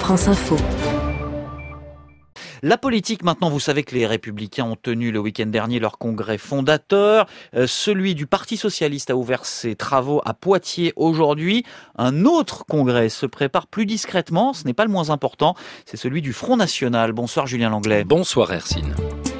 France Info. La politique, maintenant, vous savez que les Républicains ont tenu le week-end dernier leur congrès fondateur. Celui du Parti Socialiste a ouvert ses travaux à Poitiers aujourd'hui. Un autre congrès se prépare plus discrètement, ce n'est pas le moins important, c'est celui du Front National. Bonsoir Julien Langlais. Bonsoir Hercine.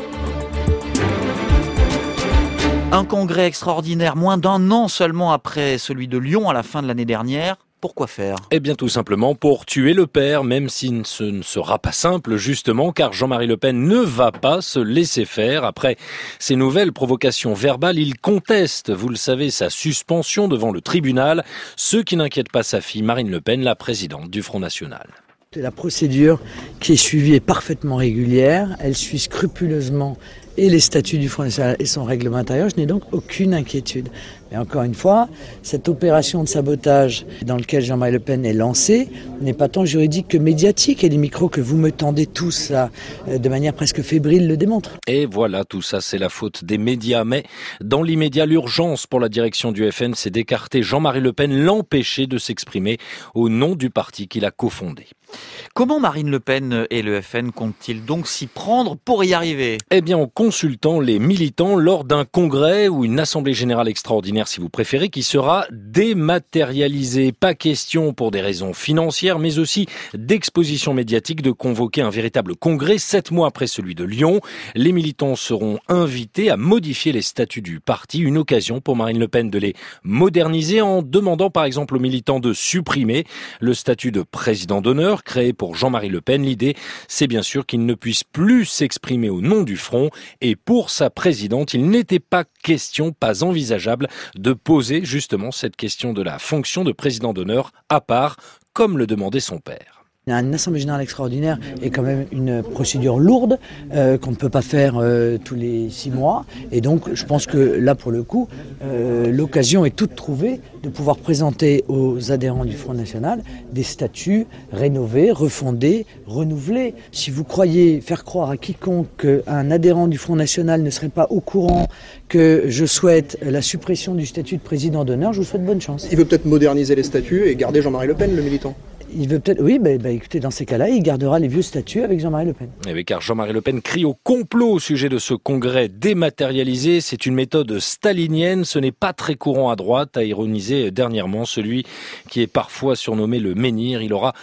Un congrès extraordinaire, moins d'un an seulement après celui de Lyon à la fin de l'année dernière. Pourquoi faire ? Eh bien tout simplement pour tuer le père, même si ce ne sera pas simple justement, car Jean-Marie Le Pen ne va pas se laisser faire. Après ces nouvelles provocations verbales, il conteste, vous le savez, sa suspension devant le tribunal, ce qui n'inquiète pas sa fille Marine Le Pen, la présidente du Front National. La procédure qui est suivie est parfaitement régulière, elle suit scrupuleusement et les statuts du Front National et son règlement intérieur, je n'ai donc aucune inquiétude. Mais encore une fois, cette opération de sabotage dans laquelle Jean-Marie Le Pen est lancé n'est pas tant juridique que médiatique, et les micros que vous me tendez tous là, de manière presque fébrile le démontrent. Et voilà, tout ça c'est la faute des médias, mais dans l'immédiat, l'urgence pour la direction du FN, c'est d'écarter Jean-Marie Le Pen, l'empêcher de s'exprimer au nom du parti qu'il a cofondé. Comment Marine Le Pen et le FN comptent-ils donc s'y prendre pour y arriver ? Eh bien, en consultant les militants lors d'un congrès ou une assemblée générale extraordinaire, si vous préférez, qui sera dématérialisée. Pas question, pour des raisons financières, mais aussi d'exposition médiatique, de convoquer un véritable congrès 7 mois après celui de Lyon. Les militants seront invités à modifier les statuts du parti, une occasion pour Marine Le Pen de les moderniser en demandant par exemple aux militants de supprimer le statut de président d'honneur créé pour Jean-Marie Le Pen. L'idée, c'est bien sûr qu'il ne puisse plus s'exprimer au nom du Front, et pour sa présidente, il n'était pas question, pas envisageable, de poser justement cette question de la fonction de président d'honneur à part, comme le demandait son père. Une assemblée générale extraordinaire est quand même une procédure lourde qu'on ne peut pas faire tous les 6 mois. Et donc je pense que là pour le coup, l'occasion est toute trouvée de pouvoir présenter aux adhérents du Front National des statuts rénovés, refondés, renouvelés. Si vous croyez faire croire à quiconque qu'un adhérent du Front National ne serait pas au courant que je souhaite la suppression du statut de président d'honneur, je vous souhaite bonne chance. Il veut peut-être moderniser les statuts et garder Jean-Marie Le Pen, le militant. Il veut peut-être, oui, écoutez, dans ces cas-là, il gardera les vieux statuts avec Jean-Marie Le Pen. Eh oui, car Jean-Marie Le Pen crie au complot au sujet de ce congrès dématérialisé. C'est une méthode stalinienne, ce n'est pas très courant à droite, a ironisé dernièrement celui qui est parfois surnommé le menhir. Il aura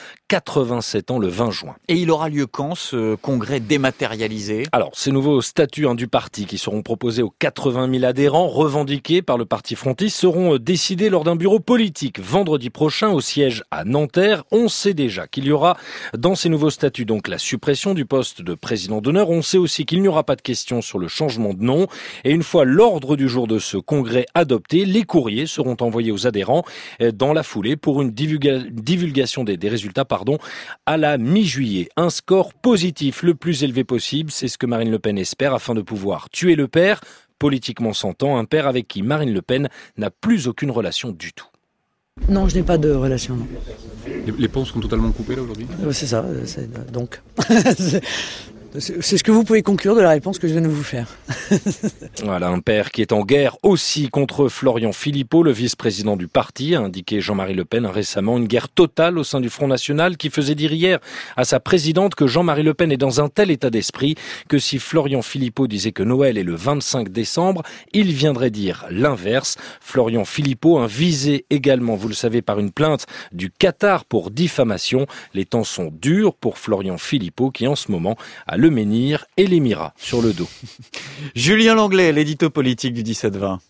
87 ans le 20 juin. Et il aura lieu quand, ce congrès dématérialisé ? Alors, ces nouveaux statuts du parti qui seront proposés aux 80 000 adhérents revendiqués par le parti frontiste seront décidés lors d'un bureau politique vendredi prochain au siège à Nanterre. On sait déjà qu'il y aura dans ces nouveaux statuts donc la suppression du poste de président d'honneur. On sait aussi qu'il n'y aura pas de question sur le changement de nom. Et une fois l'ordre du jour de ce congrès adopté, les courriers seront envoyés aux adhérents dans la foulée pour une divulgation des résultats à la mi-juillet. Un score positif le plus élevé possible, c'est ce que Marine Le Pen espère afin de pouvoir tuer le père, politiquement s'entend, un père avec qui Marine Le Pen n'a plus aucune relation du tout. Non, je n'ai pas de relation, non. Les ponts sont totalement coupés là aujourd'hui ? C'est ça, donc. C'est ce que vous pouvez conclure de la réponse que je viens de vous faire. Voilà, un père qui est en guerre aussi contre Florian Philippot, le vice-président du parti, a indiqué Jean-Marie Le Pen récemment. Une guerre totale au sein du Front National qui faisait dire hier à sa présidente que Jean-Marie Le Pen est dans un tel état d'esprit que si Florian Philippot disait que Noël est le 25 décembre, il viendrait dire l'inverse. Florian Philippot, visé également, vous le savez, par une plainte du Qatar pour diffamation. Les temps sont durs pour Florian Philippot qui en ce moment a le menhir et l'émirat sur le dos. Julien Langlais, l'édito politique du 17-20.